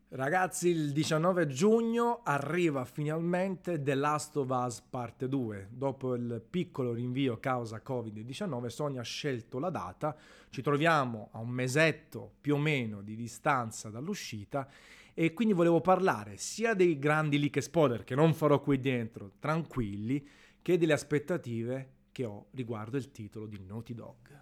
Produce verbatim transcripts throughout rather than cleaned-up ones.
Ragazzi, il diciannove giugno arriva finalmente The Last of Us Parte due. Dopo il piccolo rinvio causa covid diciannove, Sony ha scelto la data. Ci troviamo a un mesetto più o meno di distanza dall'uscita e quindi volevo parlare sia dei grandi leak e spoiler che non farò qui dentro, tranquilli, che delle aspettative che ho riguardo il titolo di Naughty Dog.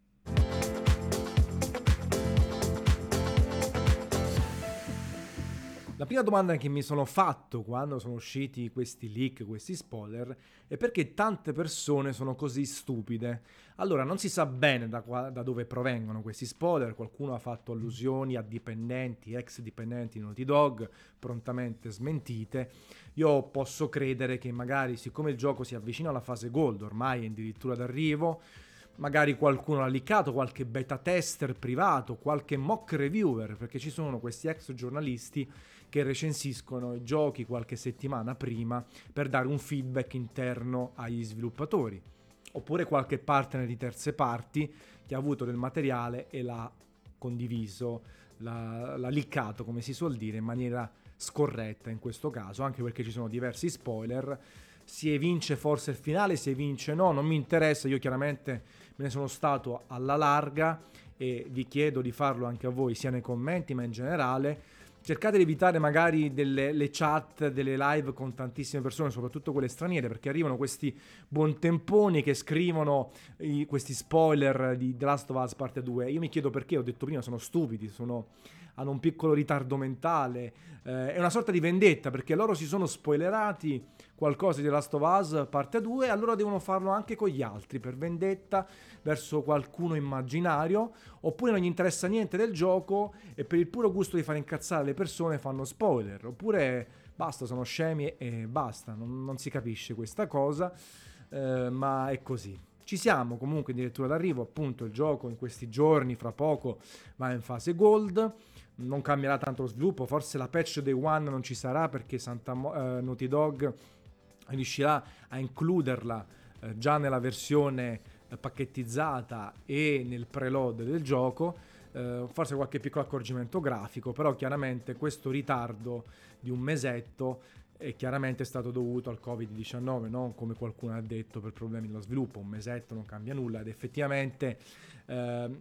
La prima domanda che mi sono fatto quando sono usciti questi leak, questi spoiler, è perché tante persone sono così stupide. Allora, non si sa bene da, qua, da dove provengono questi spoiler, qualcuno ha fatto allusioni a dipendenti, ex dipendenti di Naughty Dog, prontamente smentite. Io posso credere che magari, siccome il gioco si avvicina alla fase gold, ormai è addirittura d'arrivo, magari qualcuno l'ha leakato, qualche beta tester privato, qualche mock reviewer, perché ci sono questi ex giornalisti che recensiscono i giochi qualche settimana prima per dare un feedback interno agli sviluppatori, oppure qualche partner di terze parti che ha avuto del materiale e l'ha condiviso, l'ha, l'ha leakato, come si suol dire, in maniera scorretta in questo caso, anche perché ci sono diversi spoiler. Si evince forse il finale, si evince no, non mi interessa, io chiaramente me ne sono stato alla larga e vi chiedo di farlo anche a voi, sia nei commenti ma in generale. Cercate di evitare magari delle le chat, delle live con tantissime persone, soprattutto quelle straniere, perché arrivano questi buontemponi che scrivono i, questi spoiler di The Last of Us Parte due. Io mi chiedo perché, ho detto prima, sono stupidi, sono, hanno un piccolo ritardo mentale, eh, è una sorta di vendetta, perché loro si sono spoilerati qualcosa di The Last of Us Parte due, allora devono farlo anche con gli altri, per vendetta verso qualcuno immaginario, oppure non gli interessa niente del gioco e per il puro gusto di far incazzare le persone fanno spoiler, oppure basta, sono scemi e basta, non, non si capisce questa cosa, eh, ma è così. Ci siamo comunque addirittura d'arrivo, appunto il gioco in questi giorni, fra poco va in fase gold, non cambierà tanto lo sviluppo, forse la patch day one non ci sarà perché Santa Mo- eh, Naughty Dog riuscirà a includerla eh, già nella versione eh, pacchettizzata e nel preload del gioco, eh, forse qualche piccolo accorgimento grafico, però chiaramente questo ritardo di un mesetto è chiaramente stato dovuto al covid diciannove, non come qualcuno ha detto per problemi dello sviluppo, un mesetto non cambia nulla ed effettivamente eh,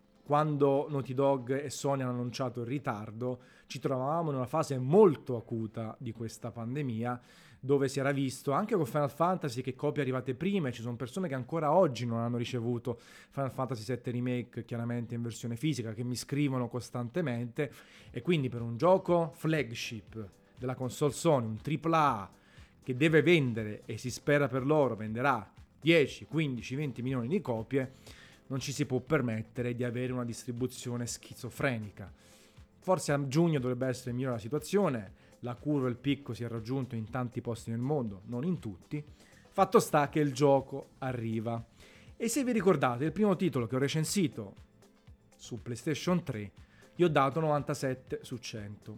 quando Naughty Dog e Sony hanno annunciato il ritardo ci trovavamo in una fase molto acuta di questa pandemia, dove si era visto anche con Final Fantasy che copie arrivate prima e ci sono persone che ancora oggi non hanno ricevuto Final Fantasy sette Remake chiaramente in versione fisica, che mi scrivono costantemente, e quindi per un gioco flagship della console Sony, un tripla A che deve vendere e si spera per loro venderà dieci, quindici, venti milioni di copie, non ci si può permettere di avere una distribuzione schizofrenica. Forse a giugno dovrebbe essere migliore la situazione, la curva e il picco si è raggiunto in tanti posti nel mondo, non in tutti. Fatto sta che il gioco arriva. E se vi ricordate, il primo titolo che ho recensito su PlayStation tre, gli ho dato novantasette su cento.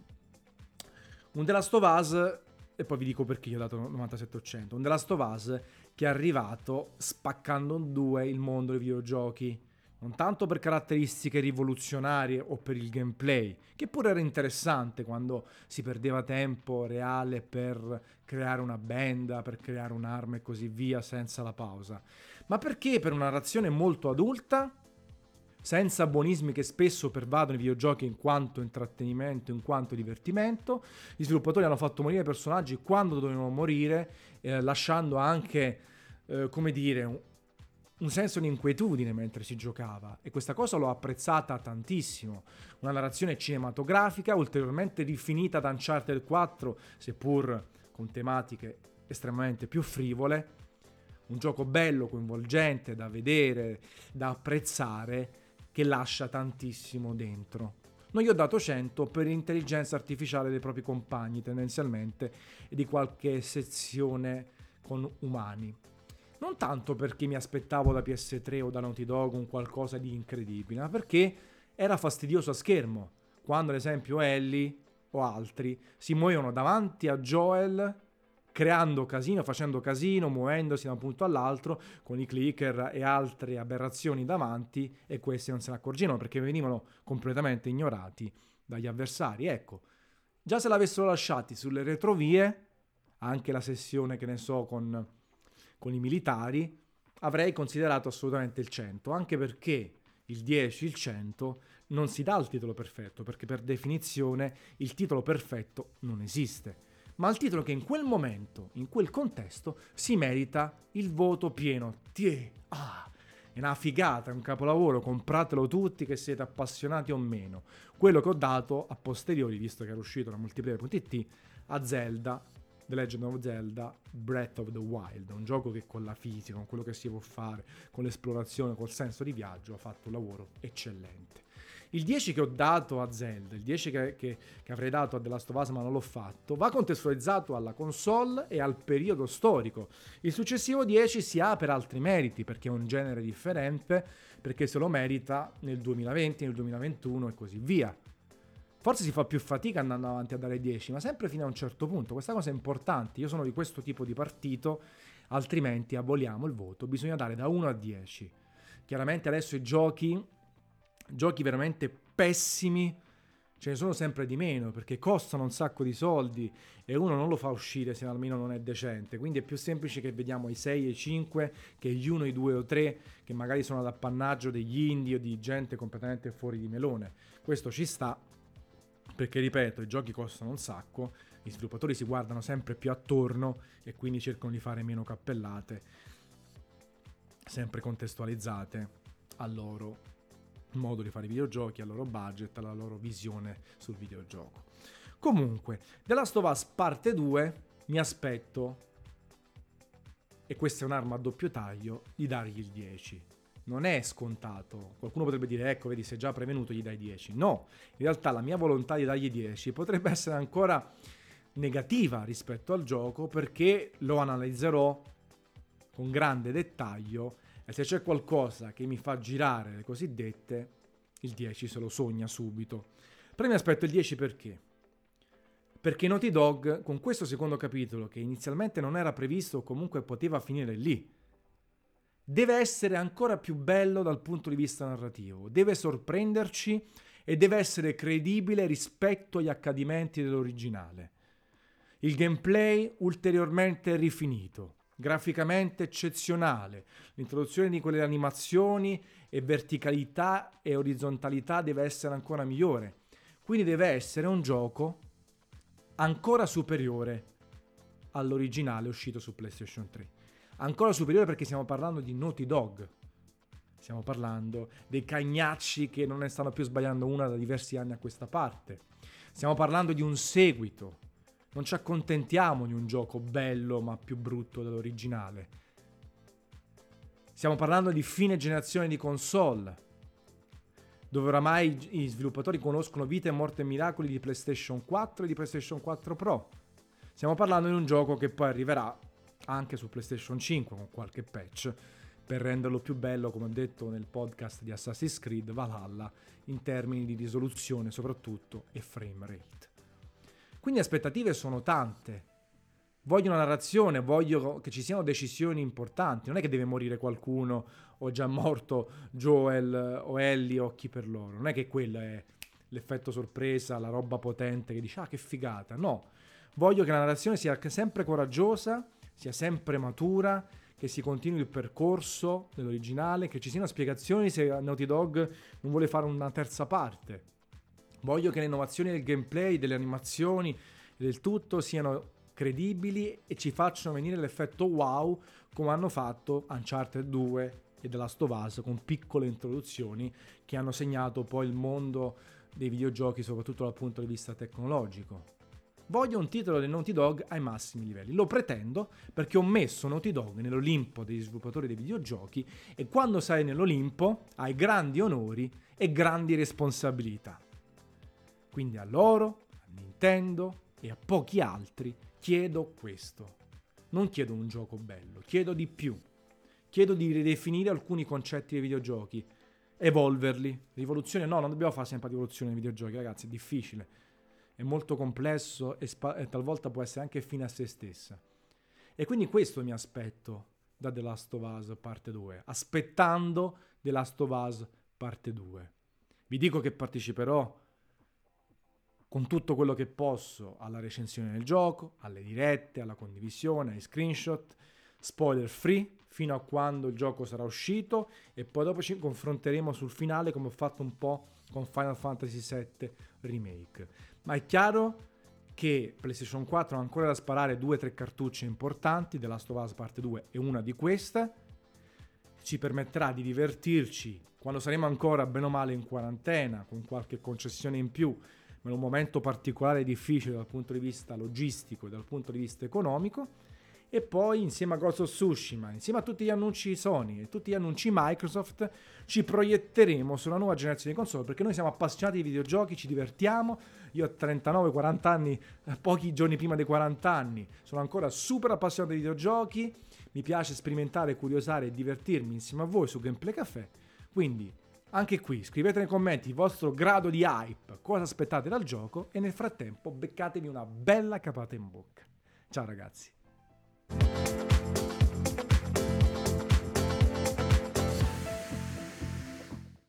Un The Last of Us, e poi vi dico perché gli ho dato novantasette su cento, un The Last of Us che è arrivato spaccando in due il mondo dei videogiochi, non tanto per caratteristiche rivoluzionarie o per il gameplay, che pure era interessante quando si perdeva tempo reale per creare una benda, per creare un'arma e così via senza la pausa, ma perché per una narrazione molto adulta, senza buonismi che spesso pervadono i videogiochi in quanto intrattenimento, in quanto divertimento. Gli sviluppatori hanno fatto morire i personaggi quando dovevano morire, eh, lasciando anche, eh, come dire, un, un senso di inquietudine mentre si giocava, e questa cosa l'ho apprezzata tantissimo. Una narrazione cinematografica ulteriormente rifinita da Uncharted quattro, seppur con tematiche estremamente più frivole, un gioco bello, coinvolgente, da vedere, da apprezzare, che lascia tantissimo dentro. Non gli ho dato cento per l'intelligenza artificiale dei propri compagni tendenzialmente e di qualche sezione con umani. Non tanto perché mi aspettavo da P S tre o da Naughty Dog un qualcosa di incredibile, ma perché era fastidioso a schermo, quando ad esempio Ellie o altri si muovono davanti a Joel creando casino, facendo casino, muovendosi da un punto all'altro con i clicker e altre aberrazioni davanti, e questi non se ne accorgevano perché venivano completamente ignorati dagli avversari. Ecco, Già se l'avessero lasciati sulle retrovie, anche la sessione, che ne so, con, con i militari, avrei considerato assolutamente il cento, anche perché il dieci, il cento non si dà il titolo perfetto, perché per definizione il titolo perfetto non esiste, ma il titolo che in quel momento, in quel contesto, si merita il voto pieno. Tiè, ah, è una figata, è un capolavoro, compratelo tutti che siete appassionati o meno. Quello che ho dato a posteriori, visto che era uscito da multiplayer punto it, a Zelda, The Legend of Zelda Breath of the Wild, un gioco che con la fisica, con quello che si può fare, con l'esplorazione, col senso di viaggio, ha fatto un lavoro eccellente. Il dieci che ho dato a Zelda, il dieci che, che, che avrei dato a The Last of Us ma non l'ho fatto, va contestualizzato alla console e al periodo storico. Il successivo dieci si ha per altri meriti, perché è un genere differente, perché se lo merita nel duemilaventi, nel duemilaventuno e così via. Forse si fa più fatica andando avanti a dare dieci, ma sempre fino a un certo punto. Questa cosa è importante. Io sono di questo tipo di partito, altrimenti aboliamo il voto. Bisogna dare da uno a dieci. Chiaramente adesso i giochi, giochi veramente pessimi, ce ne sono sempre di meno, perché costano un sacco di soldi e uno non lo fa uscire se almeno non è decente. Quindi è più semplice che vediamo i sei e i cinque che gli uno, i due o tre, che magari sono ad appannaggio degli indie o di gente completamente fuori di melone. Questo ci sta, perché ripeto, i giochi costano un sacco, gli sviluppatori si guardano sempre più attorno e quindi cercano di fare meno cappellate, sempre contestualizzate al loro modo di fare i videogiochi, al loro budget, alla loro visione sul videogioco. Comunque, The Last of Us parte due mi aspetto, e questa è un'arma a doppio taglio, di dargli il dieci. Non è scontato. Qualcuno potrebbe dire, ecco, vedi, sei già prevenuto, gli dai dieci. No, in realtà la mia volontà di dargli dieci potrebbe essere ancora negativa rispetto al gioco, perché lo analizzerò con grande dettaglio e se c'è qualcosa che mi fa girare le cosiddette, il dieci se lo sogna subito. Però mi aspetto il dieci perché? Perché Naughty Dog, con questo secondo capitolo, che inizialmente non era previsto o comunque poteva finire lì, deve essere ancora più bello dal punto di vista narrativo, deve sorprenderci e deve essere credibile rispetto agli accadimenti dell'originale. Il gameplay ulteriormente rifinito, graficamente eccezionale, l'introduzione di quelle animazioni e verticalità e orizzontalità deve essere ancora migliore. Quindi deve essere un gioco ancora superiore all'originale uscito su PlayStation tre. Ancora superiore perché stiamo parlando di Naughty Dog. Stiamo parlando dei cagnacci che non ne stanno più sbagliando una da diversi anni a questa parte. Stiamo parlando di un seguito. Non ci accontentiamo di un gioco bello ma più brutto dell'originale. Stiamo parlando di fine generazione di console, dove oramai gli sviluppatori conoscono vita e morte e miracoli di PlayStation quattro e di PlayStation quattro Pro. Stiamo parlando di un gioco che poi arriverà anche su PlayStation cinque con qualche patch per renderlo più bello, come ho detto nel podcast di Assassin's Creed Valhalla, in termini di risoluzione soprattutto e frame rate. Quindi aspettative sono tante. Voglio una narrazione, voglio che ci siano decisioni importanti. Non è che deve morire qualcuno o è già morto Joel o Ellie o chi per loro. Non è che quello è l'effetto sorpresa, la roba potente che dice ah che figata. No, voglio che la narrazione sia sempre coraggiosa, sia sempre matura, che si continui il percorso dell'originale, che ci siano spiegazioni se Naughty Dog non vuole fare una terza parte. Voglio che le innovazioni del gameplay, delle animazioni e del tutto siano credibili e ci facciano venire l'effetto wow come hanno fatto Uncharted due e The Last of Us, con piccole introduzioni che hanno segnato poi il mondo dei videogiochi soprattutto dal punto di vista tecnologico. Voglio un titolo del Naughty Dog ai massimi livelli, lo pretendo perché ho messo Naughty Dog nell'Olimpo degli sviluppatori dei videogiochi e quando sei nell'Olimpo hai grandi onori e grandi responsabilità. Quindi a loro, a Nintendo e a pochi altri chiedo questo. Non chiedo un gioco bello, chiedo di più. Chiedo di ridefinire alcuni concetti dei videogiochi, evolverli. Rivoluzione no, non dobbiamo fare sempre rivoluzione nei videogiochi, ragazzi, è difficile. È molto complesso e, spa- e talvolta può essere anche fine a se stessa. E quindi questo mi aspetto da The Last of Us parte due, aspettando The Last of Us parte due. Vi dico che parteciperò con tutto quello che posso alla recensione del gioco, alle dirette, alla condivisione, ai screenshot, spoiler free fino a quando il gioco sarà uscito, e poi dopo ci confronteremo sul finale come ho fatto un po' con Final Fantasy sette Remake. Ma è chiaro che PlayStation quattro ha ancora da sparare due o tre cartucce importanti, The Last of Us Parte due è una di queste, ci permetterà di divertirci quando saremo ancora bene o male in quarantena, con qualche concessione in più, ma in un momento particolare e difficile dal punto di vista logistico e dal punto di vista economico. E poi insieme a Ghost of Tsushima, insieme a tutti gli annunci Sony e tutti gli annunci Microsoft, ci proietteremo sulla nuova generazione di console, perché noi siamo appassionati di videogiochi, ci divertiamo. Io ho trentanove quaranta anni, pochi giorni prima dei quaranta anni, sono ancora super appassionato di videogiochi, mi piace sperimentare, curiosare e divertirmi insieme a voi su Gameplay Café. Quindi anche qui scrivete nei commenti il vostro grado di hype, cosa aspettate dal gioco, e nel frattempo beccatevi una bella capata in bocca. Ciao ragazzi.